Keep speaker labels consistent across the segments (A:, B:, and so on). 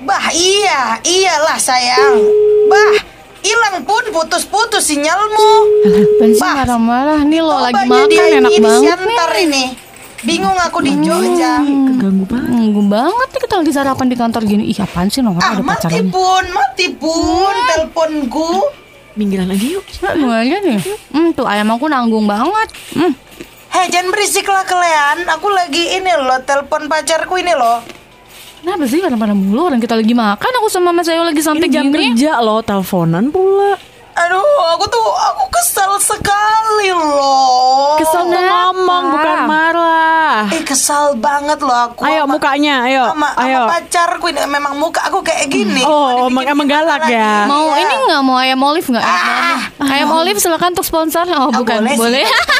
A: Bah, iyalah sayang. Bah, hilang pun putus-putus sinyalmu.
B: Apaan sih
A: Bah,
B: marah-marah? Nih lo lagi
A: Coba
B: makan
A: dia
B: enak
A: ini
B: banget
A: siantar ini. Bingung aku di Jogja.
C: Ganggu banget.
B: Ganggu banget nih kita lagi sarapan di kantor gini. Ih apaan sih Nora ada
A: Mati
B: pacarannya.
A: pun teleponku.
C: Minggiran aja yuk.
B: Tunggu aja nih. Tuh ayam aku nanggung banget.
A: Hei, jangan berisik lah kalian. Aku lagi ini loh, telepon pacarku ini loh.
B: Kenapa sih pada mulu orang kita lagi makan, aku sama Mas Ayu lagi sampai
C: Ini jam
B: gini.
C: kerja loh, teleponan pula.
A: Aduh, aku kesal sekali loh.
C: Kesel tuh ngomong bukan marah.
A: Kesal banget loh aku.
C: Ayo mukanya, ayo.
A: Sama pacarku ini memang muka aku kayak gini.
C: Oh, emang galak ya.
B: Mau ini nggak mau ayam olive nggak? Ayam olive silakan untuk sponsor. Oh bukan boleh.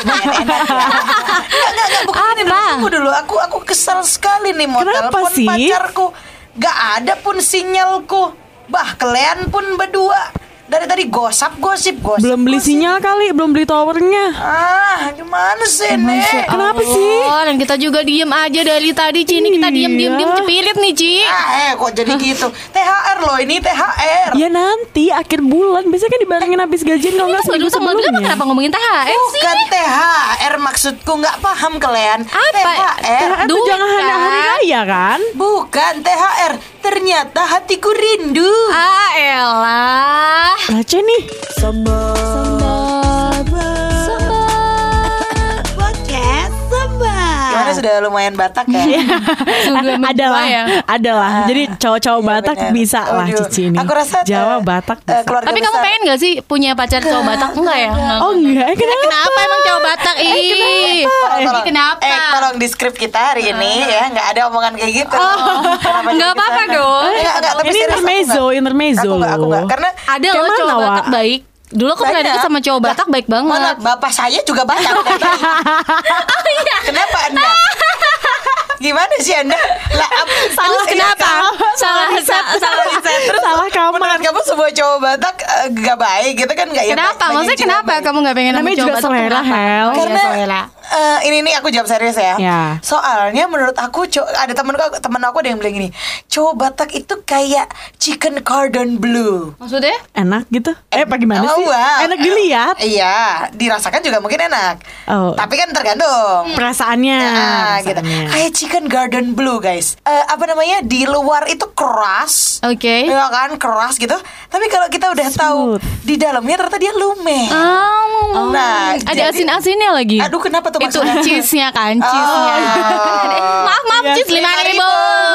A: Enggak, bukan ini dulu, tunggu dulu. Aku kesal sekali nih mau
C: Kenapa
A: telepon
C: sih?
A: pacarku. Gak ada pun sinyalku. Bah, kalian pun berdua dari tadi gosip.
C: Belum beli sinyal kali, belum beli towernya.
A: Gimana sih nih?
C: Kenapa sih?
B: Dan kita juga diem aja dari tadi Ci. Ini kita diem cepirit nih Ci.
A: Kok jadi gitu? THR loh ini THR.
C: Ya nanti akhir bulan biasanya kan dibarengin habis gajian kalau nggak seminggu
B: Tanggal berapa
C: sebelumnya.
B: kenapa ngomongin THR sih?
A: Bukan THR maksudku, nggak paham kalian.
B: Apa?
A: THR.
C: Itu
B: Duit,
C: jangan hanya hari
B: kan?
C: raya kan?
A: Bukan THR. Ternyata hatiku rindu.
B: Elah.
C: Baca nih.
A: Gimana sudah lumayan Batak ya?
C: Adalah. Jadi cowok-cowok Batak
A: benar.
C: bisa lah
A: Aduh,
C: Cici ini.
A: aku rasa,
C: Jawa Batak bisa.
A: keluarga
B: Tapi kamu
A: besar.
B: pengen gak sih punya pacar cowok Batak? Enggak ya?
C: Oh enggak, kenapa?
B: Kenapa emang cowok Batak?
A: Tolong.
B: Kenapa?
A: Tolong di skrip kita hari ini ya, nggak ada omongan kayak gitu. Kenapa
B: Nggak
A: jadi
B: apa-apa
A: kesana?
B: dong.
A: Enggak, tapi
C: Ini
A: serius,
C: intermezzo
A: aku nggak. Karena
B: Ada
C: Kayak
B: loh
C: mana,
B: cowok
C: Wak?
B: Batak baik. Dulu aku pernah deket sama cowok Batak baik banget.
A: mana bapak saya juga Batak. Kenapa Anda? Gimana sih Anda?
B: Terus kenapa? Salah riset.
C: Salah kamar.
A: Menurut kamu sebuah cowok Batak gak baik gitu kan? Nggak ya?
B: Kenapa? Maksudnya kenapa kamu gak pengen sama
C: Namanya
B: cowok
C: juga
B: Batak?
C: selera,
B: Kenapa?
C: Hel.
B: Iya,
A: Karena
B: selera.
A: ini aku jawab serius ya.
C: Ya.
A: Soalnya menurut aku ada temen aku ada yang bilang gini, cowok Batak itu kayak chicken cordon bleu.
B: Maksudnya?
C: Enak gitu? Apa gimana sih?
A: Wow.
C: Enak dilihat.
A: Iya, dirasakan juga mungkin enak.
C: Oh.
A: Tapi kan tergantung.
C: Perasaannya.
A: Gitu.
C: perasaannya.
A: Kayak chicken garden blue guys. Apa namanya, di luar itu keras,
B: Oke.
A: ya kan, keras gitu. Tapi kalau kita udah tahu
C: Smooth.
A: di dalamnya ternyata dia lumer. Nah,
B: ada
A: jadi-
B: asin-asinnya lagi.
A: Aduh, kenapa tuh
B: Itu
A: maksudnya?
B: cheese-nya kan, cheese-nya. Maaf,
C: Iya,
B: cheese 5.000.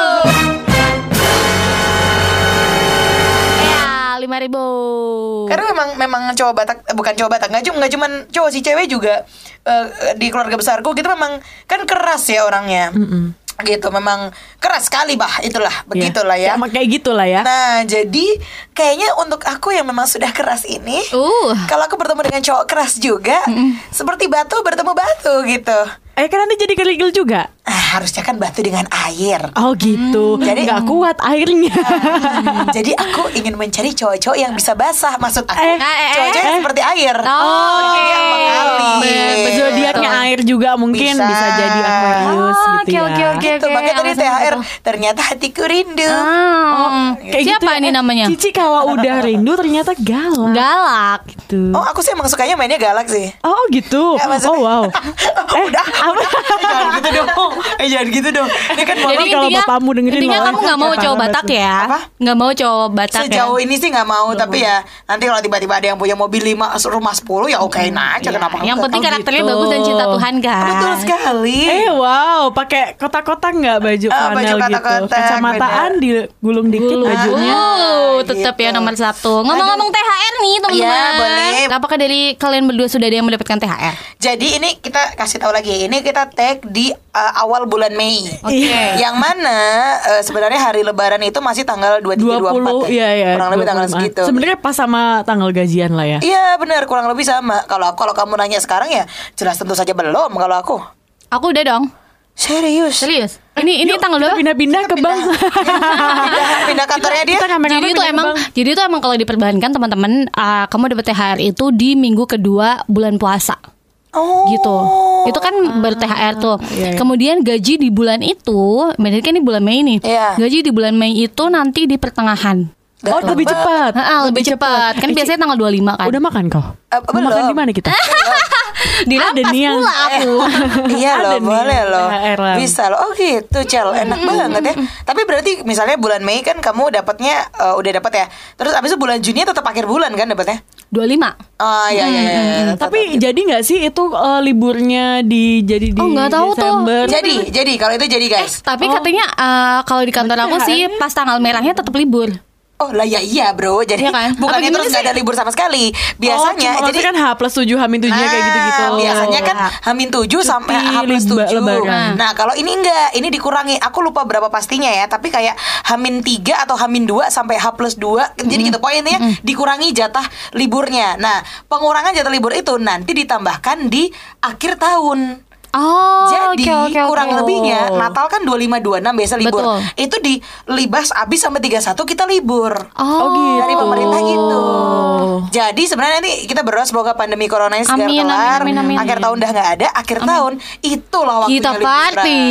B: Ya, 5.000.
A: Karena memang cowok Batak, bukan cowok Batak, nggak cuman cowok sih, cewek juga di keluarga besarku gitu memang kan keras ya orangnya. Gitu, memang keras sekali itulah, begitulah ya.
C: Kayak gitulah ya.
A: Nah, jadi kayaknya untuk aku yang memang sudah keras ini, kalau aku bertemu dengan cowok keras juga, seperti batu bertemu batu gitu.
C: Kan nanti jadi kerikil juga.
A: Harusnya kan batu dengan air.
C: Oh gitu.
A: Jadi-
C: nggak kuat airnya.
A: Jadi aku ingin mencari cowok-cowok yang bisa basah. Maksud aku, cowok-cowok yang seperti air.
B: Oke.
A: Yang mengalir.
C: Zodiaknya air juga mungkin bisa jadi Aquarius gitu ya.
B: Oke.
A: Gitu, makanya tadi THR ternyata hatiku rindu.
C: Kayak
B: Siapa
C: gitu
B: ini
C: ya.
B: namanya?
C: Cici kalau udah rindu ternyata galak.
B: Galak.
C: Gitu.
A: Oh, aku sih emang sukanya mainnya galak sih.
C: Oh gitu.
A: Ya, maksudnya-
C: Oh wow.
A: Udah. Jangan gitu dong. Jangan gitu dong. Ini kan
C: Jadi
A: malah
C: kalau bapakmu dengerin
B: intinya
C: malah
B: kamu nggak mau
C: parah
B: cowok
C: banget
B: Batak
C: tuh.
B: ya?
A: Apa?
B: Nggak mau cowok Batak ya?
A: sejauh ini sih nggak mau, tapi ya nanti kalau tiba-tiba ada yang punya mobil 5 rumah 10 ya okein aja, kenapa
B: Yang
A: enggak?
B: penting
C: Oh,
B: karakternya
C: gitu.
B: bagus dan cinta Tuhan kan.
A: Betul sekali.
C: Wow, pakai kotak-kotak nggak baju
A: Baju
C: flanel gitu.
A: kotak-kotak,
C: Kacamataan digulung dikit bajunya.
B: Tetap
A: gitu.
B: ya nomor 1. Ngomong-ngomong THR nih teman-teman.
A: Iya, boleh.
B: Apakah dari kalian berdua sudah ada yang mendapatkan THR?
A: Jadi ini kita kasih tahu lagi, ini kita tag di awal bulan Mei.
B: Oke.
A: Yang mana sebenarnya hari Lebaran itu masih tanggal 23 24 ya.
C: Iya.
A: Kurang lebih tanggal
C: 20-an.
A: segitu.
C: Sebenarnya pas sama tanggal gajian lah ya.
A: Iya benar, kurang lebih sama. Kalau kamu nanya sekarang ya jelas tentu saja belum kalau aku.
B: Aku udah dong.
A: Serius.
B: Ini tanggal berapa?
C: Pindah-pindah ke bank.
A: Pindah kantornya dia.
C: Kita rame-rame
B: Jadi itu
C: pindah ke
B: emang,
C: bank.
B: jadi itu emang kalau diperbankan teman-teman, kamu dapat THR itu di minggu kedua bulan puasa. gitu. Itu kan ber-THR tuh. Kemudian gaji di bulan itu, berarti kan ini bulan Mei nih. Gaji di bulan Mei itu nanti di pertengahan.
C: Lebih cepat.
B: Lebih cepat. Kan biasanya tanggal 25 kan.
C: Udah makan kau?
B: Belum.
C: Makan di mana kita?
B: Dirampas pula aku.
A: Iya loh, boleh loh.
C: THR lah.
A: Bisa loh. Oh gitu, Cel. Enak banget ya. Tapi berarti misalnya bulan Mei kan kamu dapatnya udah dapat ya. Terus abis itu bulan Juni tetap akhir bulan kan dapatnya?
B: 25.
A: Oh iya.
C: Tapi jadi nggak sih itu liburnya jadi di
B: nggak tahu
C: Desember?
A: Jadi kalau itu jadi guys.
B: Tapi katanya kalau di kantor aku sih pas tanggal merahnya tetap libur.
A: Oh lah ya iya bro. Jadi
B: iya kan?
A: bukannya terus nggak ada libur sama sekali. Biasanya
C: jadi kan H+7 H-7 kayak gitu-gitu.
A: Biasanya kan H-7 sampai H+7. Nah kalau ini enggak, ini dikurangi. Aku lupa berapa pastinya ya. Tapi kayak H-3 atau H-2 sampai H+2. Jadi gitu poinnya dikurangi jatah liburnya. Nah pengurangan jatah libur itu nanti ditambahkan di akhir tahun. Jadi kurang lebihnya Natal kan 25-26 biasa libur.
B: Betul.
A: Itu dilibas abis sampai 31 kita libur.
C: Gitu.
A: Dari pemerintah gitu. Jadi sebenarnya nanti kita berdoa semoga pandemi corona ini segera kelar. Akhir tahun udah nggak ada. Akhir tahun itulah waktunya
B: kita party.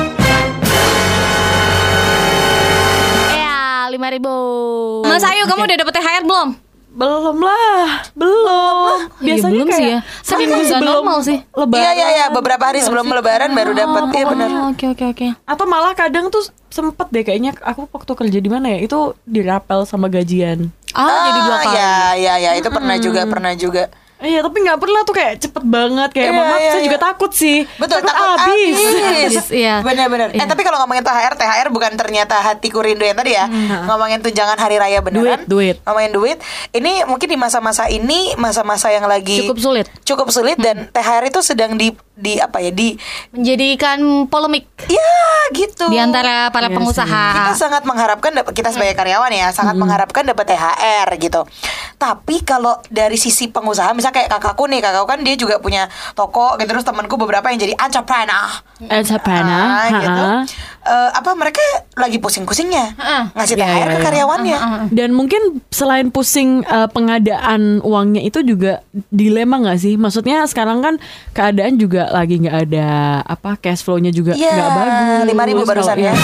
B: Ya 5.000. Mas Ayu, kamu udah dapet THR belum?
C: Belum. Biasanya
B: belum
C: kayak
B: sih ya.
C: seminggu sebelum
B: normal sih.
C: Lebaran.
A: Iya, beberapa hari sebelum Lebaran baru dapat. Iya benar.
B: Oke.
C: Atau malah kadang tuh sempet deh kayaknya aku waktu kerja di mana ya itu dirapel sama gajian.
B: Jadi 2 kali.
A: Iya, itu pernah juga.
C: Iya, tapi nggak pernah tuh kayak cepet banget kayak mama. Saya juga takut sih.
A: Betul, takut habis.
B: Iya.
A: Benar. Tapi kalau ngomongin THR bukan ternyata hatiku rindu yang tadi ya. Ngomongin tunjangan hari raya beneran.
C: Duit.
A: Ngomongin duit. Ini mungkin di masa-masa ini masa-masa yang lagi cukup sulit dan THR itu sedang di
B: menjadikan polemik.
A: Ya, gitu.
B: Di antara para pengusaha.
A: Kita sangat mengharapkan kita sebagai karyawan ya, sangat mengharapkan dapat THR gitu. Tapi kalau dari sisi pengusaha misalnya kayak kakakku kan dia juga punya toko gitu, terus temanku beberapa yang jadi entrepreneur gitu. Mereka lagi pusing-pusingnya ngasih THR ke karyawannya.
C: Dan mungkin selain pusing pengadaan uangnya itu juga dilema nggak sih? Maksudnya sekarang kan keadaan juga lagi nggak ada cash flow-nya juga nggak bagus.
A: 5.000 barusan ya.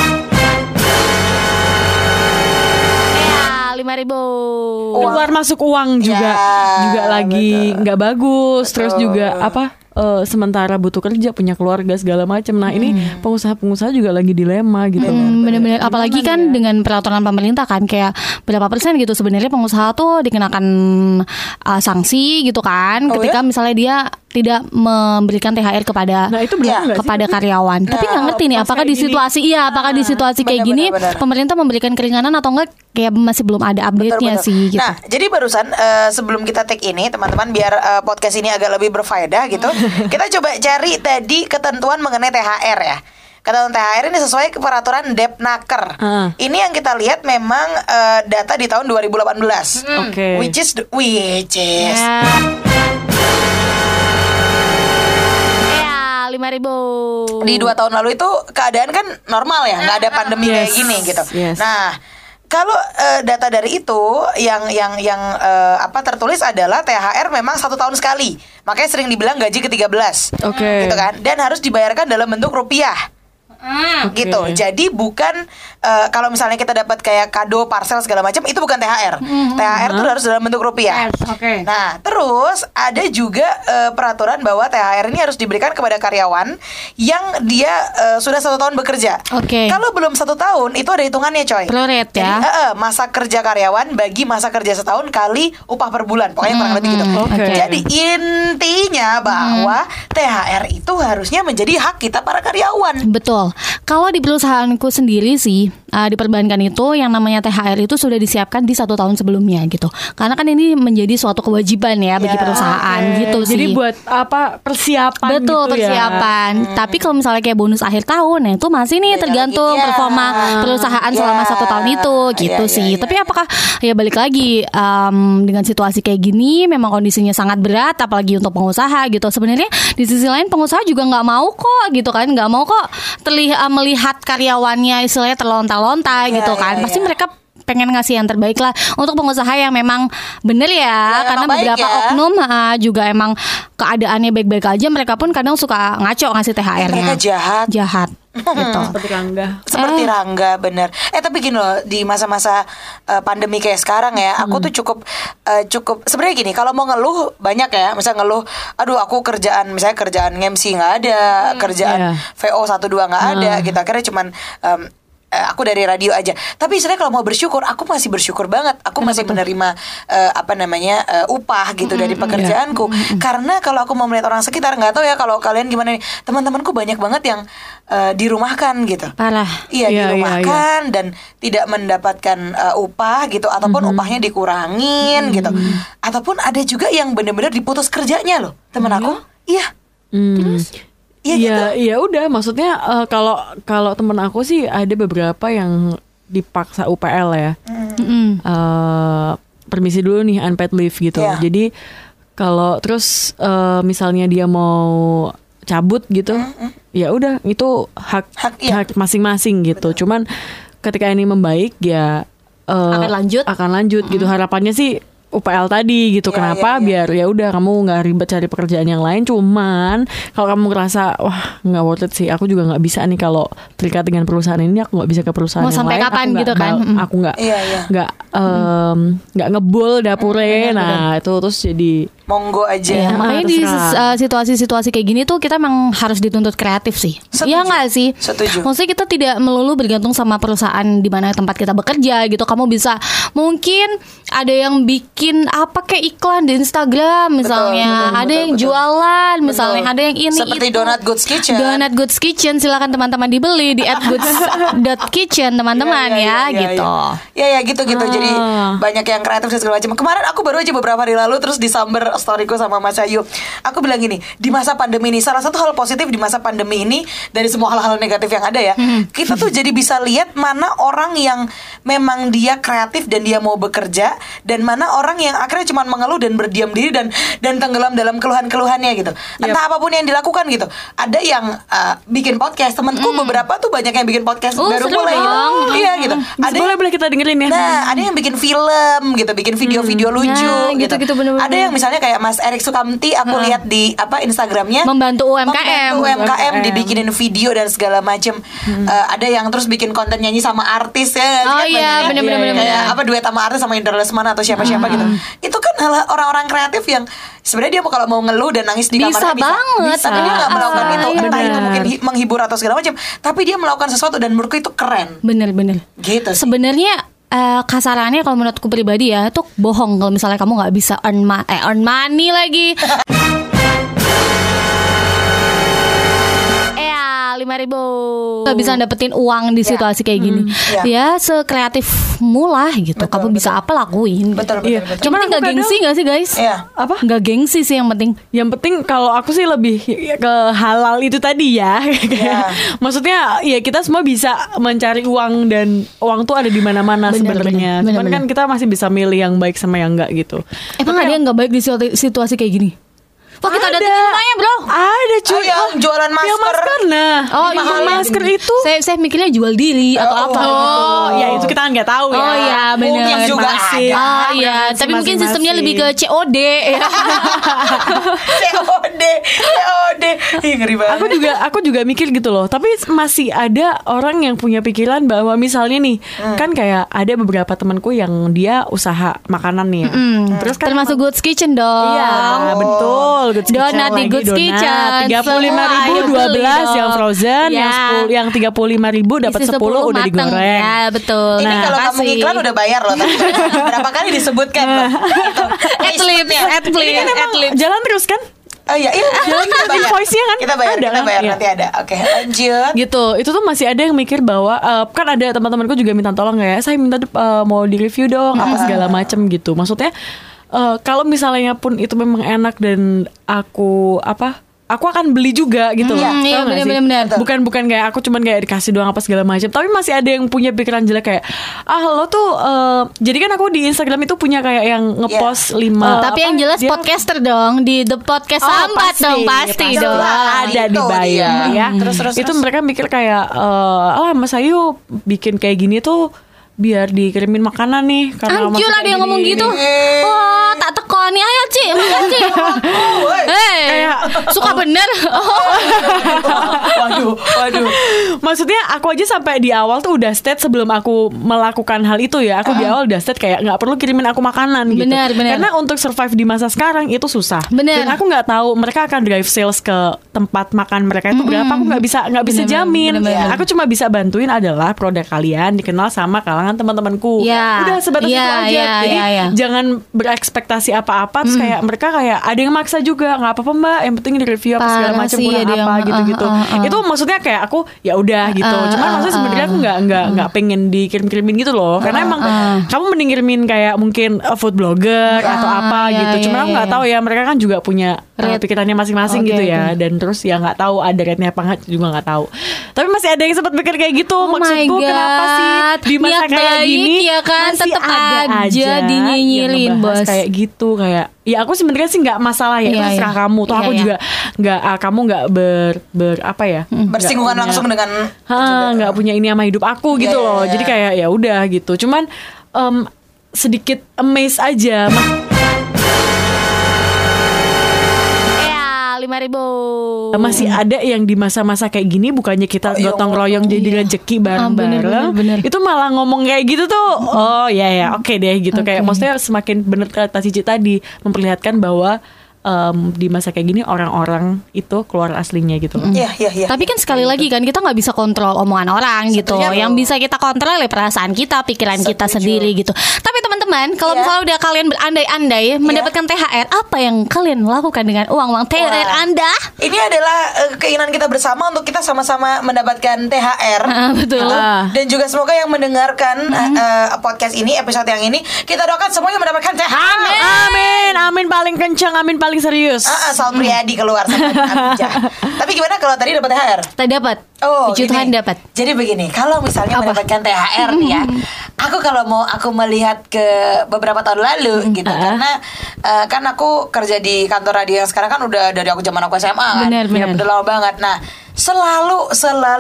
B: 5.000.
C: Keluar masuk uang juga lagi nggak bagus. Terus juga sementara butuh kerja, punya keluarga segala macam. Nah ini pengusaha-pengusaha juga lagi dilema gitu.
B: Bener-bener. Apalagi kan dengan peraturan pemerintah kan kayak berapa persen gitu sebenarnya pengusaha tuh dikenakan sanksi gitu kan ketika misalnya dia tidak memberikan THR kepada kepada karyawan. Tapi nggak ngerti nih apakah di situasi apakah di situasi kayak gini pemerintah memberikan keringanan atau enggak, kayak masih belum ada update-nya sih gitu.
A: Nah, jadi barusan sebelum kita take ini teman-teman biar podcast ini agak lebih berfaedah gitu. Kita coba cari tadi ketentuan mengenai THR ya. Ketentuan THR ini sesuai ke peraturan Depnaker. Ini yang kita lihat memang data di tahun 2018. Which is
B: 5.000.
A: Di 2 tahun lalu itu keadaan kan normal ya, nggak ada pandemi kayak gini gitu. Nah, kalau data dari itu yang tertulis adalah THR memang 1 tahun sekali. Makanya sering dibilang gaji ke-13. Gitu kan. Dan harus dibayarkan dalam bentuk rupiah. Gitu. Jadi bukan kalau misalnya kita dapat kayak kado, parcel segala macam, itu bukan THR. THR itu harus dalam bentuk rupiah. Nah, terus ada juga peraturan bahwa THR ini harus diberikan kepada karyawan yang dia sudah 1 tahun bekerja. Kalau belum 1 tahun itu ada hitungannya coy.
B: Prorate ya.
A: Jadi masa kerja karyawan bagi masa kerja setahun kali upah per bulan. Pokoknya kurang lebih gitu. Jadi intinya bahwa THR itu harusnya menjadi hak kita para karyawan.
B: Betul. Kalau di perusahaanku sendiri sih di perbankan itu yang namanya THR itu sudah disiapkan di 1 tahun sebelumnya gitu. Karena kan ini menjadi suatu kewajiban ya bagi perusahaan gitu sih.
C: Jadi buat persiapan.
B: Betul,
C: gitu
B: persiapan. Tapi kalau misalnya kayak bonus akhir tahun itu masih nih tergantung performa perusahaan selama 1 tahun itu gitu sih. Tapi apakah balik lagi dengan situasi kayak gini memang kondisinya sangat berat apalagi untuk pengusaha gitu. Sebenarnya di sisi lain pengusaha juga nggak mau kok gitu kan, nggak mau kok melihat karyawannya istilahnya terlonta-lonta gitu kan. Pasti mereka pengen ngasih yang terbaik lah untuk pengusaha yang memang bener ya, karena beberapa oknum juga emang keadaannya baik-baik aja, mereka pun kadang suka ngaco ngasih THR-nya.
A: Mereka jahat.
B: Gitu.
C: Seperti
A: Rangga bener. Tapi gini loh, di masa-masa pandemi kayak sekarang ya, aku tuh cukup sebenarnya gini, kalau mau ngeluh banyak ya, misalnya ngeluh, aduh aku kerjaan MC nggak ada, kerjaan VO 1-2 nggak ada, gitu. Akhirnya cuman aku dari radio aja. Tapi sebenarnya kalau mau bersyukur, aku masih bersyukur banget. Aku masih menerima upah gitu dari pekerjaanku. Karena kalau aku mau melihat orang sekitar, nggak tahu ya kalau kalian gimana nih. Teman-temanku banyak banget yang dirumahkan gitu.
B: Parah.
A: Iya, dirumahkan dan tidak mendapatkan upah gitu, ataupun upahnya dikurangin gitu. Ataupun ada juga yang benar-benar diputus kerjanya loh, teman aku. Iya. Terus
C: Iya, ya udah. Maksudnya kalau temen aku sih ada beberapa yang dipaksa UPL ya. Permisi dulu nih, unpaid leave gitu. Jadi kalau terus misalnya dia mau cabut gitu, ya udah itu hak masing-masing gitu.
A: Betul.
C: Cuman ketika ini membaik ya akan lanjut gitu. Harapannya sih UPL tadi gitu. Kenapa? Biar ya udah kamu nggak ribet cari pekerjaan yang lain. Cuman kalau kamu ngerasa wah nggak worth it sih, aku juga nggak bisa nih kalau terikat dengan perusahaan ini, aku nggak bisa ke perusahaan
B: mau
C: yang
B: sampai
C: lain.
B: Kapan gitu kan?
C: Aku nggak ngebul dapurnya. Nah itu terus jadi
A: monggo aja.
B: Ya, makanya di situasi-situasi kayak gini tuh kita emang harus dituntut kreatif sih. Iya nggak sih?
A: Setuju.
B: Maksudnya kita tidak melulu bergantung sama perusahaan di mana tempat kita bekerja gitu. Kamu bisa mungkin ada yang bikin apa kayak iklan di Instagram misalnya, ada yang jualan misalnya, ada yang ini
A: seperti
B: itu.
A: Donut Goods Kitchen.
B: Donut Goods Kitchen, silakan teman-teman dibeli di @goods.kitchen teman-teman gitu.
A: Ya gitu. Jadi banyak yang kreatif dan segala macam. Kemarin aku baru aja beberapa hari lalu terus disamber storyku sama Mas Ayu. Aku bilang gini, di masa pandemi ini, salah satu hal positif di masa pandemi ini dari semua hal-hal negatif yang ada ya, kita tuh jadi bisa lihat mana orang yang memang dia kreatif dan dia mau bekerja, dan mana orang yang akhirnya cuma mengeluh dan berdiam diri dan tenggelam dalam keluhan-keluhannya gitu. Entah apapun yang dilakukan gitu. Ada yang bikin podcast, temanku beberapa tuh banyak yang bikin podcast baru mulai gitu. Iya gitu. Ada
C: boleh kita dengerin ya.
A: Nah, ada yang bikin film gitu, bikin video-video lucu gitu.
B: Bener-bener.
A: Ada yang misalnya kayak Mas Erik Sukamti, aku lihat di Instagramnya
B: membantu UMKM
A: dibikinin video dan segala macem. Ada yang terus bikin konten nyanyi sama artis ya.
B: Oh iya, bener-bener.
A: Kayak duet sama artis sama Indra Lesmana atau siapa-siapa gitu. Itu kan orang-orang kreatif yang sebenarnya dia kalau mau ngeluh dan nangis di kamarnya bisa. Tapi dia nggak melakukan itu. Entah itu mungkin menghibur atau segala macam. Tapi dia melakukan sesuatu dan menurutku itu keren.
B: Bener-bener.
A: Gitu sih.
B: Sebenarnya kasarannya kalau menurutku pribadi ya, itu bohong kalau misalnya kamu nggak bisa earn money lagi. 5.000 nggak bisa dapetin uang di situasi kayak gini. Ya sekreatifmu lah gitu. Kamu bisa apa lakuin.
A: Betul.
B: Cuman nggak gengsi nggak sih guys?
C: Apa?
B: Nggak gengsi sih yang penting.
C: Yang penting kalau aku sih lebih ke halal itu tadi ya. Maksudnya ya kita semua bisa mencari uang dan uang tuh ada di mana-mana sebenarnya. Cuman kan kita masih bisa milih yang baik sama yang enggak gitu.
B: Emang ada yang nggak baik di situasi kayak gini? Wah kita ada rumahnya bro.
C: Ada cuy.
A: Yang jualan masker.
C: Yang masker nah.
B: Mahal
C: masker itu.
B: Saya mikirnya jual diri atau apa.
C: Ya itu kita nggak tahu ya.
B: Oh iya benar.
A: Mungkin juga
C: masih.
A: ada.
B: Iya. Tapi mungkin sistemnya lebih ke COD.
A: COD. Ngeri banget.
C: Aku juga mikir gitu loh. Tapi masih ada orang yang punya pikiran bahwa misalnya nih, kan kayak ada beberapa temanku yang dia usaha makanan nih ya. Terus kan
B: termasuk Goods Kitchen dong.
C: Iya, betul.
B: Donat di Goods Kitchen
C: 35.000 12 yang frozen, yang 35.000 dapat 10 udah digoreng.
B: Ya betul.
A: Ini kalau kamu ngiklan udah bayar loh. Tapi berapa kali disebutkan loh.
B: Adlibs.
C: Jalan terus kan?
A: Oh iya.
C: Jalan terus invoice-nya kan?
A: Kita bayar nanti ada. Oke, lanjut.
C: Gitu. Itu tuh masih ada yang mikir bahwa kan ada teman-temanku juga minta tolong ya. Saya minta mau di-review dong apa segala macem gitu. Maksudnya kalau misalnya pun itu memang enak dan aku akan beli juga gitu loh.
B: Iya benar-benar.
C: Bukan kayak aku cuman kayak dikasih doang apa segala macam. Tapi masih ada yang punya pikiran jelek kayak lo tuh jadi kan aku di Instagram itu punya kayak yang ngepost 5.
B: Tapi yang jelas podcaster dong di The Podcast Sambat dong pasti dong.
C: Ada di bio ya.
A: Terus
C: itu mereka mikir kayak Mas Ayu bikin kayak gini tuh biar dikirimin makanan nih karena
B: Anjir ada yang ngomong gitu. Wah, tak teko nih, ayo Ci. Kayak suka bener.
A: Waduh.
C: Maksudnya aku aja sampai di awal tuh udah state sebelum aku melakukan hal itu ya. Aku di awal udah state kayak nggak perlu kirimin aku makanan gitu.
B: Bener.
C: Karena untuk survive di masa sekarang itu susah.
B: Bener.
C: Dan aku nggak tahu mereka akan drive sales ke tempat makan mereka itu berapa. Aku nggak bisa jamin. Aku cuma bisa bantuin adalah produk kalian dikenal sama kalangan teman-temanku. Udah sebatas itu aja. Jadi jangan berekspektasi apa-apa. Terus kayak mereka kayak ada yang maksa juga, nggak apa-apa Mbak, yang penting di review apa segala macam kurang apa gitu-gitu. Itu maksudnya kayak aku ya udah gitu. Cuman maksudnya sebenarnya aku nggak pengen dikirim-kirimin gitu loh. Karena emang kamu mending kirimin kayak mungkin food blogger atau apa gitu. Cuman aku nggak tahu ya, mereka kan juga punya pikirannya masing-masing gitu ya. Dan terus ya nggak tahu ada rate-nya apa nggak juga nggak tahu. Tapi masih ada yang sempat pikir kayak gitu. Maksudku kenapa sih di masa kayak gini
B: ya kan
C: masih
B: tetap
C: ada
B: aja dinyinyirin bos.
C: Kayak gitu kayak ya aku sebenarnya sih nggak masalah ya, itu terserah kamu. Tuh aku juga nggak kamu nggak ber apa ya
A: bersinggungan langsung dengan
C: nggak punya ini sama hidup aku gitu loh. Jadi kayak ya udah gitu. Cuman sedikit amazed aja.
B: 5.000
C: masih ada yang di masa-masa kayak gini bukannya kita gotong royong jadi rezeki bareng-bareng, itu malah ngomong kayak gitu tuh. Oke deh gitu. Kayak maksudnya semakin bener kata Cici tadi, memperlihatkan bahwa di masa kayak gini orang-orang itu keluar aslinya gitu.
A: Iya.
B: Tapi kan sekali lagi kan kita nggak bisa kontrol omongan orang gitu. Yang bisa kita kontrol ya perasaan kita, pikiran kita sendiri gitu. Tapi teman-teman, kalau misalnya udah kalian berandai-andai mendapatkan THR, apa yang kalian lakukan dengan uang THR Anda?
A: Ini adalah keinginan kita bersama untuk kita sama-sama mendapatkan THR.
B: Betul.
A: Dan juga semoga yang mendengarkan podcast ini, episode yang ini, kita doakan semuanya mendapatkan THR.
C: Amin paling kencang, amin paling serius.
A: Sal Priadi keluar sama Tapi gimana kalau tadi dapat THR?
B: Tadi dapat. Puji Tuhan dapat.
A: Jadi begini, kalau misalnya mendapatkan THR nih ya, aku melihat ke beberapa tahun lalu gitu, karena kan aku kerja di kantor radio yang sekarang kan udah dari aku zaman aku SMA kan.
B: Bener.
A: Udah lama banget. Nah, selalu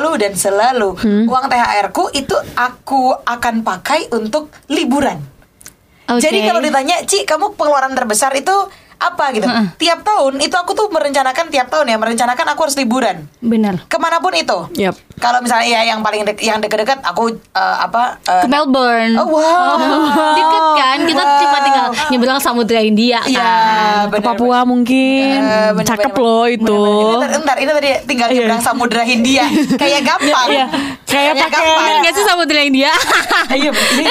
A: uang THR-ku itu aku akan pakai untuk liburan. Jadi kalau ditanya, Ci, kamu pengeluaran terbesar itu apa gitu? Tiap tahun itu aku tuh merencanakan aku harus liburan.
B: Benar.
A: Kemanapun itu. Kalau misalnya ya yang paling yang dekat-dekat aku
B: ke Melbourne.
A: Oh wow.
B: Deket kan? Kita cuma tinggal nyebrang Samudra India kan.
C: Ke Papua mungkin. Cakep loh itu.
A: Bentar, ini tadi tinggal nyebrang Samudra Hindia. Kayak gampang.
C: Kayak pakai
B: nggak sih Samudra India?
A: Iya.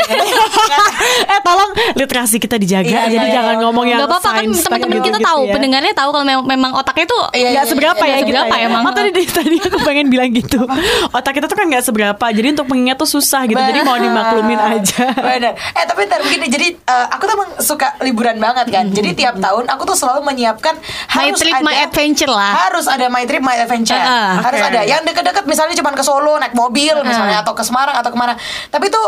C: Tolong literasi kita dijaga. Jadi jangan ngomong yang
B: nggak apa-apa kan, teman-teman kita tahu, pendengarnya tahu kalau memang otaknya tuh
C: nggak seberapa ya.
B: Seberapa emang.
C: Tadi aku pengen bilang gitu. Otak kita tuh kan nggak seberapa. Jadi untuk mengingat tuh susah gitu. Jadi mau dimaklumin aja.
A: Benar. Tapi ntar begini. Jadi aku tuh emang suka liburan banget kan. Jadi tiap tahun aku tuh selalu menyiapkan
B: My Trip My Adventure lah.
A: Harus ada My Trip My Adventure. Harus ada. Yang deket-deket misalnya cuma ke Solo naik mobil misalnya, atau ke Semarang atau kemana. Tapi tuh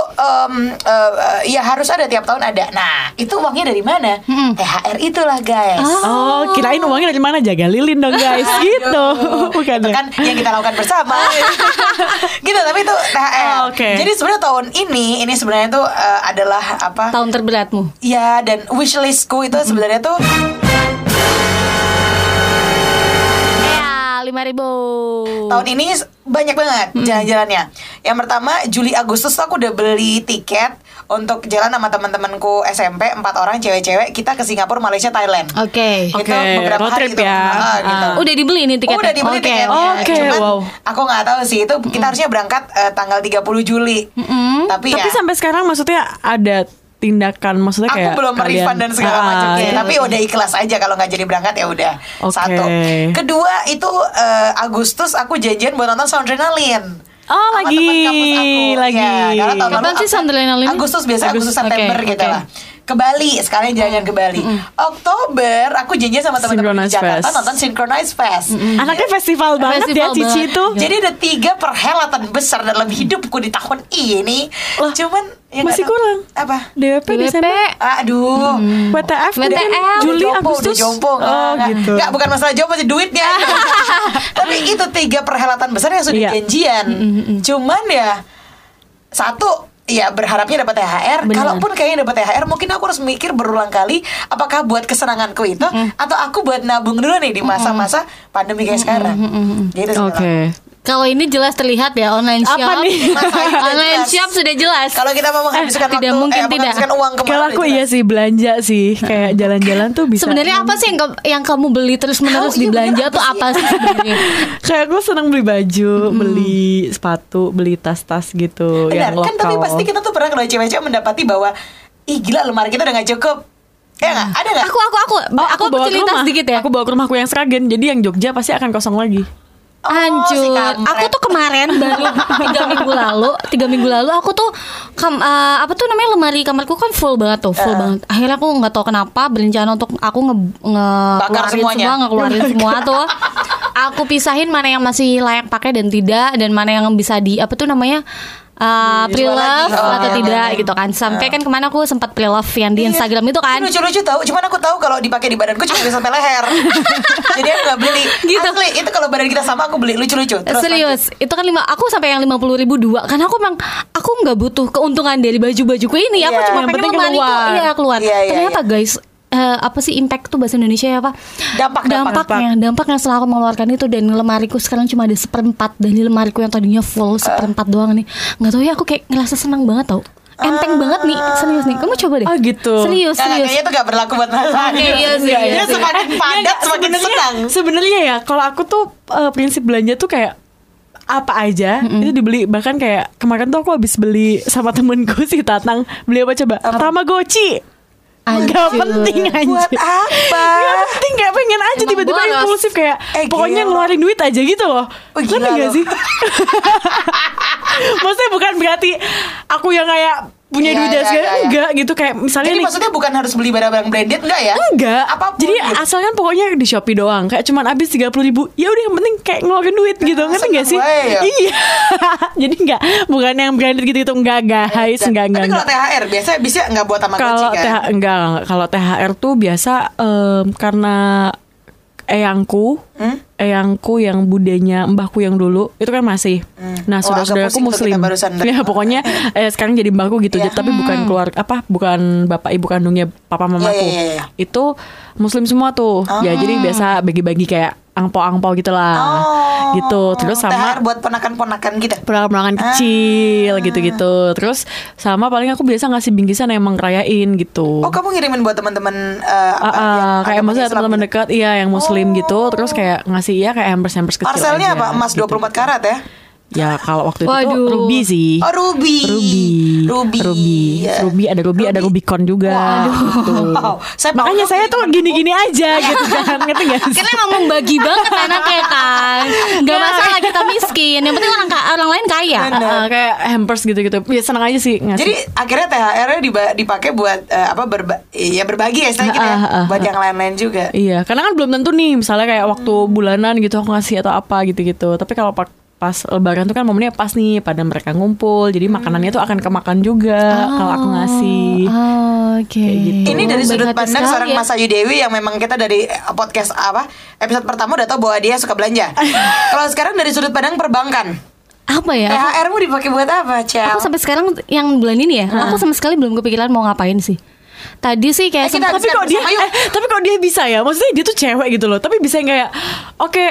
A: ya harus ada, tiap tahun ada. Nah itu uangnya dari mana? THR itulah guys.
C: Kirain uangnya dari mana? Jaga lilin dong guys. Gitu. Bukan
A: itu kan yang kita lakukan bersama. Gitu, tapi itu THR. Jadi sebenarnya tahun ini sebenarnya tuh adalah apa?
B: Tahun terberatmu.
A: Ya, dan wishlistku itu sebenarnya tuh
B: 5.000.
A: tahun ini banyak banget jalan-jalannya. Yang pertama Juli Agustus aku udah beli tiket untuk jalan sama teman-temanku SMP 4 orang cewek-cewek, kita ke Singapura, Malaysia, Thailand.
B: Itu
A: beberapa hari
C: gitu
A: ya. Gitu.
B: Udah dibeli ini tiketnya.
A: Udah dibeli tiketnya. Cuman aku nggak tahu sih itu kita harusnya berangkat tanggal 30 Juli. Tapi
C: sampai sekarang maksudnya ada tindakan, maksudnya kayak
A: aku belum refund dan segala macam tapi udah ikhlas aja kalau nggak jadi berangkat ya udah. Satu. Kedua itu Agustus aku janjian buat nonton Soundrenalin.
C: Lagi.
A: Ya, karena tahun
B: kapan sih Soundrenalin?
A: Agustus September gitu lah. Ke Bali, sekalian jalan-jalan ke Bali. Oktober aku janjian sama teman-teman di Jakarta nonton Synchronize Fest.
C: Anaknya festival banget ya Cici itu.
A: Jadi ada 3 perhelatan besar dalam hidupku di tahun ini. Cuman ya
C: masih kurang.
A: Apa?
C: DWP Desember.
A: Aduh.
C: WTF Juli Agustus.
A: Jompo.
C: Gitu.
A: Enggak, bukan masalah jompo sih, duitnya. Tapi itu 3 perhelatan besar yang sudah janjian. Cuman ya satu ya berharapnya dapat THR. Kalaupun kayaknya dapat THR, mungkin aku harus mikir berulang kali apakah buat kesenanganku itu atau aku buat nabung dulu nih di masa-masa pandemi kayak sekarang. Gitu sih.
C: Oke.
B: Kalau ini jelas terlihat ya online shop.
C: Apa nih?
B: Online shop sudah jelas.
A: Kalau kita mau menghabiskan
B: tidak mungkin tidak.
A: menghabiskan uang kemana?
C: Kalau aku iya sih belanja sih, kayak jalan-jalan tuh bisa.
B: Sebenarnya apa sih yang kamu beli terus menerus di belanja tuh apa sih sebenarnya?
C: Kayak aku senang beli baju, beli sepatu, beli tas-tas gitu.
A: Benar,
C: yang
A: kan
C: lokal.
A: tapi pasti kita tuh pernah kalau cewek-cewek mendapati bahwa ih gila lemari kita udah gak cukup. Ya nggak? Ada nggak?
B: Aku
C: bawa ke
B: cerita
C: rumah.
B: sedikit ya.
C: Aku bawa ke rumahku yang Sragen, jadi yang Jogja pasti akan kosong lagi.
B: Hancur.
A: si kampret.
B: Aku tuh kemarin baru 3 minggu lalu aku tuh apa tuh namanya lemari kamarku kan full banget tuh, full banget. Akhirnya aku nggak tahu kenapa berencana untuk aku ngekeluarin semua tuh. Aku pisahin mana yang masih layak pakai dan tidak, dan mana yang bisa di apa tuh namanya pre-love atau tidak gitu kan. Sampai kan kemana aku sempat pre-love yang di Instagram itu kan.
A: Lucu-lucu tahu, cuman aku tahu kalau dipakai di badanku cuma bisa sampai leher. Jadi aku nggak beli.
B: Gitu.
A: Asli itu kalau badan kita sama aku beli, lucu-lucu. Terus
B: serius,
A: lanjut.
B: itu kan aku sampai yang 50.000 dua. Karena aku nggak butuh keuntungan dari baju-bajuku ini. Aku
A: Iya,
B: cuma
C: yang
B: pengen
C: penting
B: lemari itu keluar.
A: Iya,
B: Ternyata guys, apa sih impact tuh bahasa Indonesia ya apa? Dampaknya setelah aku mengeluarkan itu, dan lemariku sekarang cuma ada 1/4 dari lemariku yang tadinya full 1/4 doang nih. Nggak tahu ya, aku kayak ngerasa senang banget tau. Enteng banget nih, serius nih. Kamu coba deh.
C: Oh gitu.
B: Serius.
A: Kayaknya itu gak berlaku buat masalah.
B: Iya sih.
A: Dia semakin padat semakin senang.
C: Sebenarnya ya, kalau aku tuh prinsip belanja tuh kayak apa aja itu dibeli. Bahkan kayak kemarin tuh aku habis beli sama temenku si Tatang. Beli apa coba? Tamagotchi. Gak penting aja.
A: Buat apa?
C: Gak penting, kayak pengen aja.
B: Emang
C: Tiba-tiba
B: boros.
C: impulsif kayak pokoknya
A: gila.
C: ngeluarin duit aja gitu loh.
A: Gila
C: Ngerti gak
A: loh.
C: sih? Maksudnya bukan berarti aku yang kayak punya
A: Iya,
C: duit dan
A: iya,
C: segala,
A: iya.
C: enggak gitu. Kayak misalnya
A: Jadi
C: nih,
A: maksudnya bukan harus beli barang-barang branded, enggak ya?
C: enggak.
A: Apapun
C: Jadi
A: gitu.
C: asalkan pokoknya di Shopee doang. Kayak cuman habis 30.000. Ya udah, yang penting kayak ngeluarin duit gitu. Ngerti gak sih?
A: seneng gue ya.
C: Iya. Jadi enggak, bukan yang branded gitu enggak guys, enggak.
A: Tapi kalau THR biasa bisa nggak buat Tamagotchi
C: Kalau
A: kan?
C: enggak, kalau THR tuh biasa karena eyangku yang budenya mbahku yang dulu itu kan masih. Nah,
A: Oh, agak
C: saudara-saudaraku
A: pusing tuh
C: muslim.
A: kita barusan.
C: Ya, pokoknya sekarang jadi mbahku gitu.
A: Iya.
C: Tapi bukan bukan bapak ibu kandungnya papa mamaku.
A: Iya.
C: Itu muslim semua tuh. Ya, jadi biasa bagi-bagi kayak angpau-angpau gitulah. Gitu. Terus sama
A: THR buat ponakan-ponakan kita.
C: perangan kecil gitu-gitu. Terus sama paling aku biasa ngasih bingkisan yang emang ngerayain gitu.
A: Oh, kamu ngirimin buat teman-teman
C: Kayak maksudnya teman-teman
A: gitu?
C: dekat iya yang muslim gitu. Terus kayak ngasih ya kayak hampers kecil
A: Parcelnya
C: aja,
A: apa? Emas
C: gitu.
A: 24 karat ya?
C: Ya kalau waktu itu tuh
B: Waduh.
C: ruby sih.
A: Oh, ruby. Ya.
C: Ruby ada Rubicon juga. Gitu.
A: Wow, saya
C: Makanya
A: mau
C: saya tuh
A: temen-
C: gini-gini aja gitu kan. Ngerti gak sih?
B: Karena emang membagi banget anaknya kan. Gak masalah kita miskin. Yang penting orang lain kaya.
C: Kayak hampers gitu-gitu. Ya senang aja sih ngasih.
A: Jadi akhirnya THR-nya dipakai buat berbagi ya istilahnya gitu ya. Buat yang lain-lain juga.
C: Iya, karena kan belum tentu nih, misalnya kayak waktu bulanan gitu aku ngasih atau apa gitu-gitu. Tapi kalau pas lebaran tuh kan momennya pas nih pada mereka ngumpul. Jadi makanannya tuh akan kemakan juga kalau aku ngasih.
B: Oke.
C: Kayak gitu.
A: Ini dari sudut
B: Berhati
A: pandang
B: sekali
A: seorang
B: ya.
A: Mas Ayu Dewi yang memang kita dari podcast episode pertama udah tahu bahwa dia suka belanja. Kalau sekarang dari sudut pandang perbankan,
B: Apa ya?
A: THR-mu dipakai buat apa, Cel?
B: Aku sampai sekarang yang bulan ini ya, aku sama sekali belum kepikiran mau ngapain sih. Tadi sih kayak
A: kita
C: Tapi kok dia
A: bersama yuk.
C: tapi kok dia bisa ya? Maksudnya dia tuh cewek gitu loh. Tapi bisa yang kayak oke,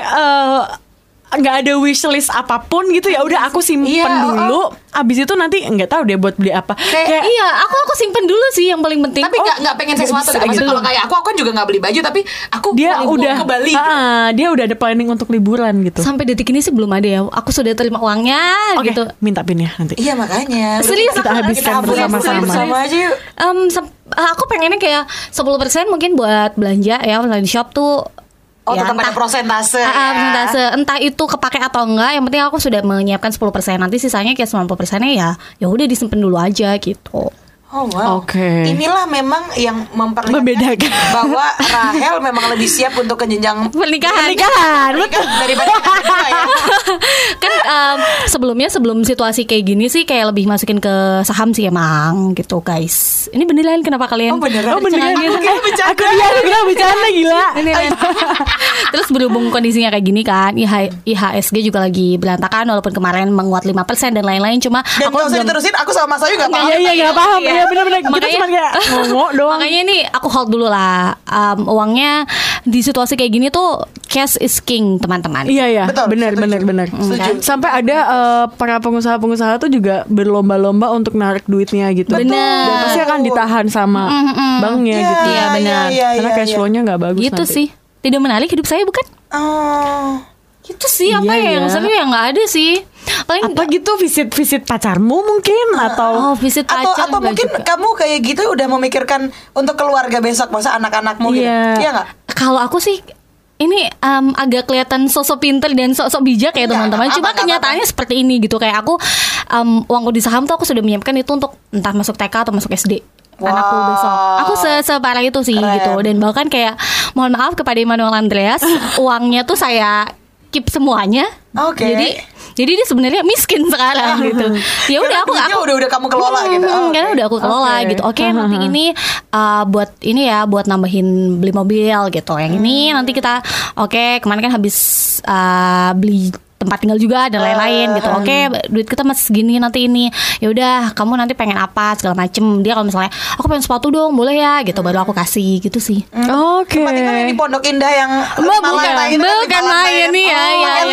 C: nggak ada wishlist apapun gitu, ya udah aku simpen
A: Iya,
C: dulu. Abis itu nanti nggak tahu dia buat beli apa.
A: Kayak-
B: iya, aku simpen dulu sih yang paling penting.
A: Tapi nggak pengen sesuatu
C: bisa
A: gitu. Maksudnya
C: gitu.
A: kalau kayak aku kan juga nggak beli baju, tapi aku
C: dia
A: mau
C: udah
A: ke Bali.
C: dia udah ada planning untuk liburan gitu.
B: Sampai detik ini sih belum ada ya. Aku sudah terima uangnya
C: Oke,
B: gitu.
C: minta pin ya nanti.
A: Iya makanya.
B: Serius,
C: Kita habiskan bersama-sama.
A: aja yuk.
B: Aku pengennya kayak 10% mungkin buat belanja ya online shop tuh.
A: Oh,
B: ya,
A: tetap ada prosentase. Ya.
B: persentase. Entah itu kepake atau enggak, yang penting aku sudah menyiapkan 10%. Nanti sisanya kayak 90%-nya ya udah disimpan dulu aja gitu.
A: Oh wow.
C: Oke.
A: Inilah memang yang membedakan bahwa Rahel memang lebih siap untuk ke jenjang
B: pernikahan
A: daripada ya.
B: Kan sebelum situasi kayak gini sih kayak lebih masukin ke saham sih emang gitu guys. Ini beneran kenapa kalian?
A: Oh beneran.
C: Aku bilang bercanda gila.
B: Terus berhubung kondisinya kayak gini kan, IHSG juga lagi berantakan walaupun kemarin menguat 5% dan lain-lain. Cuma
A: dan
B: aku
A: usah diterusin, aku sama Mas Ayu gak paham.
C: Iya gak paham. Iya benar-benar. Kita cuma kayak ngomong doang.
B: Makanya ini aku hold dulu lah. Uangnya di situasi kayak gini tuh cash is king teman-teman.
C: Iya benar. Sampai ada para pengusaha tuh juga berlomba-lomba untuk narik duitnya gitu.
B: Benar.
C: Dan pasti akan ditahan sama banknya gitu.
B: Iya benar.
C: Karena cash flow-nya nggak bagus.
B: Gitu
C: nanti.
B: sih. Tidak menarik hidup saya bukan?
A: Oh.
B: Itu sih apa ya? Yang seru yang nggak ada sih. Paling
C: apa gitu visit pacarmu mungkin atau
B: visit pacar
A: atau mungkin juga. Kamu kayak gitu udah memikirkan untuk keluarga besok masa anak-anakmu gitu. Iya nggak?
B: Kalau aku sih ini agak kelihatan sosok pinter dan sosok bijak ya teman-teman. Cuma kenyataannya seperti ini gitu. Kayak aku uangku di saham tuh aku sudah menyiapkan itu untuk entah masuk TK atau masuk SD. Anakku besok. Aku separah itu sih gitu. Dan bahkan kayak mohon maaf kepada Emmanuel Andreas, uangnya tuh saya keep semuanya.
A: Oke.
B: Jadi dia sebenarnya miskin sekarang gitu. Ya udah aku
A: udah kamu kelola gitu.
B: Karena udah aku kelola gitu. Oke, nanti ini buat nambahin beli mobil gitu. Yang ini nanti kita kemarin kan habis beli tempat tinggal juga dan lain-lain gitu. Oke, duit kita masih segini nanti ini. Ya udah, kamu nanti pengen apa segala macem. Dia kalau misalnya aku pengen sepatu dong, boleh ya gitu. Baru aku kasih gitu sih.
C: Oke.
A: Tempat tinggal yang di Pondok Indah yang
B: bukan main nih ya.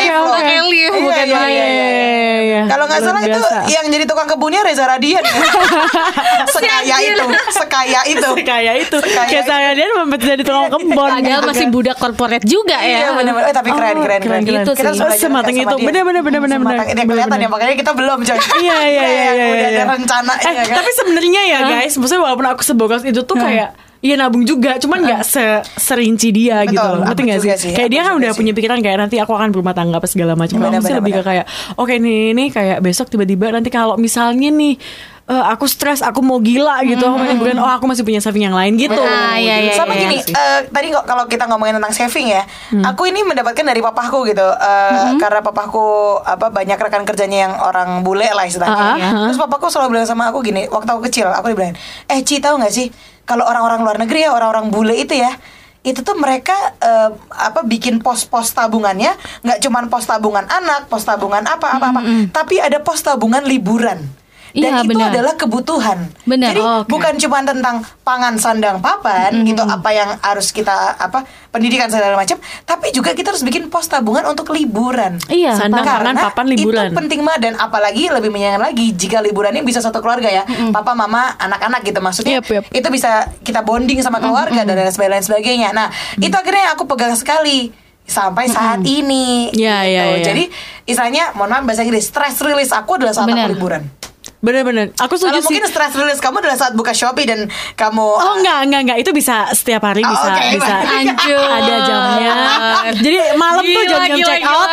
C: Bukan main.
A: Kalau nggak salah itu yang jadi tukang kebunnya Reza Radian. Sekaya itu.
C: Kayak saya dia jadi tukang kebun.
B: Padahal masih budak korporat juga ya.
A: Iya benar. Tapi keren.
C: Gitu
A: Kita
C: semateng itu. Benar.
A: Dia kelihatan ya, makanya kita belum coy.
C: Iya.
A: Udah ada rencana kan.
C: Tapi sebenarnya ya guys, maksudnya walaupun aku sebogas itu tuh kayak iya nabung juga, cuman nggak serinci dia. Betul, gitu loh. Ngerti nggak sih? Kayak dia kan udah punya pikiran kayak nanti aku akan berumah tangga apa segala macam. Aku sih lebih ke kayak oke nih kayak besok tiba-tiba nanti kalau misalnya nih aku stres, aku mau gila gitu. Aku masih punya saving yang lain gitu.
B: Iya.
A: Sama gini, tadi kalau kita ngomongin tentang saving ya, aku ini mendapatkan dari papaku gitu. Karena papaku banyak rekan kerjanya yang orang bule lah istilahnya. Terus papaku selalu bilang sama aku gini, waktu aku kecil, aku dibilangin, Ci tahu nggak sih kalau orang-orang luar negeri ya, orang-orang bule itu ya, itu tuh mereka bikin pos-pos tabungannya nggak cuman pos tabungan anak, pos tabungan apa, tapi ada pos tabungan liburan. Dan itu adalah kebutuhan.
B: Bener.
A: Jadi bukan cuma tentang pangan sandang papan gitu, apa yang harus kita pendidikan segala macam, tapi juga kita harus bikin pos tabungan untuk liburan.
B: Iya.
C: Sandang pangan papan liburan.
A: Itu penting banget, dan apalagi lebih menyayangkan lagi jika liburannya bisa satu keluarga ya, papa, mama, anak-anak gitu maksudnya.
C: Yep.
A: Itu bisa kita bonding sama keluarga dan lain sebagainya. Nah, itu akhirnya aku pegang sekali sampai saat ini.
C: Iya.
A: Jadi istilahnya, mohon maaf bahasa Inggris, stress release aku adalah saat aku liburan.
C: Bener. Aku setuju sih.
A: Mungkin stress release kamu adalah saat buka Shopee dan kamu
C: enggak. Itu bisa setiap hari, bisa
B: Anjur.
C: Ada jamnya. Jadi malam tuh jam-jam check out.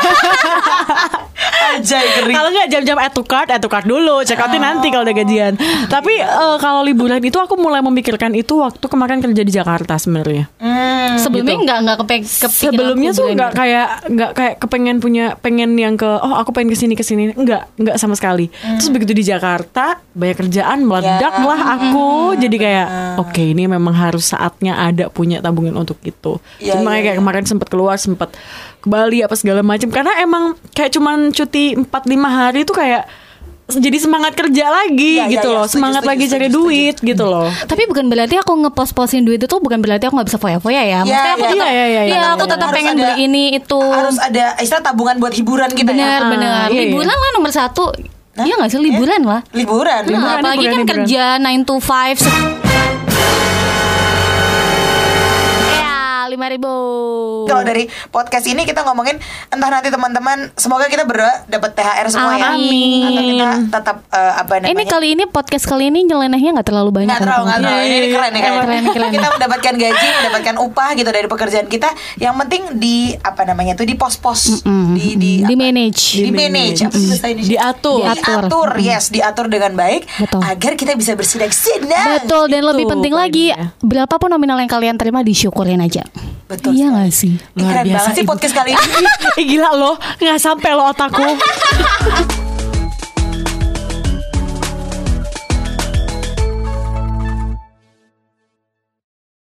C: Kalau nggak jam-jam add to cart dulu, check outnya nanti kalau udah gajian. Tapi kalau liburan itu aku mulai memikirkan itu waktu kemarin kerja di Jakarta sebenarnya.
B: Sebelumnya
C: gitu.
B: nggak kepikiran.
C: Sebelumnya tuh nggak kayak pengen yang ke aku pengen kesini nggak sama sekali. Terus begitu di Jakarta banyak kerjaan meledak lah aku, jadi kayak oke, ini memang harus saatnya ada punya tabungan untuk itu. Cuma kayak kemarin sempat ke Bali apa segala macam, karena emang kayak cuman cuti 4-5 hari itu kayak jadi semangat kerja lagi gitu loh, semangat lagi cari duit gitu loh.
B: Tapi bukan berarti aku ngepost-postin duit itu bukan berarti aku nggak bisa foya-foya ya. Maksudnya aku tetap, aku tetap pengen beli ini itu.
A: Harus ada istilah tabungan buat hiburan gitu.
B: Bener. Liburan lah nomor 1. Iya nggak sih, liburan lah.
A: Liburan.
B: Apalagi kan kerja 9 to 5. 5.000.
A: Kalau dari podcast ini kita ngomongin entah nanti teman-teman semoga kita berdua dapat THR semua ya.
C: Amin.
A: Atau kita tetap apa namanya?
B: Ini kali ini podcast kali ini nyelenehnya nggak terlalu banyak.
A: Nggak terlalu. Ini keren nih
B: Keren.
A: Kita mendapatkan gaji, mendapatkan upah gitu dari pekerjaan kita. Yang penting di apa namanya tuh di pos-pos, di
B: manage.
A: Di manage. Apa sih bahasa Indonesia?
C: Diatur.
A: Yes, diatur dengan baik.
B: Betul.
A: Agar kita bisa bersenang-senang.
B: Betul, dan lebih
C: Itu
B: penting lagi,
C: poinnya.
B: berapapun nominal yang kalian terima disyukurin aja.
A: Betul.
B: Iya nggak sih?
A: Keren banget sih podcast kali ini.
C: Gila loh, nggak sampai lo otakku.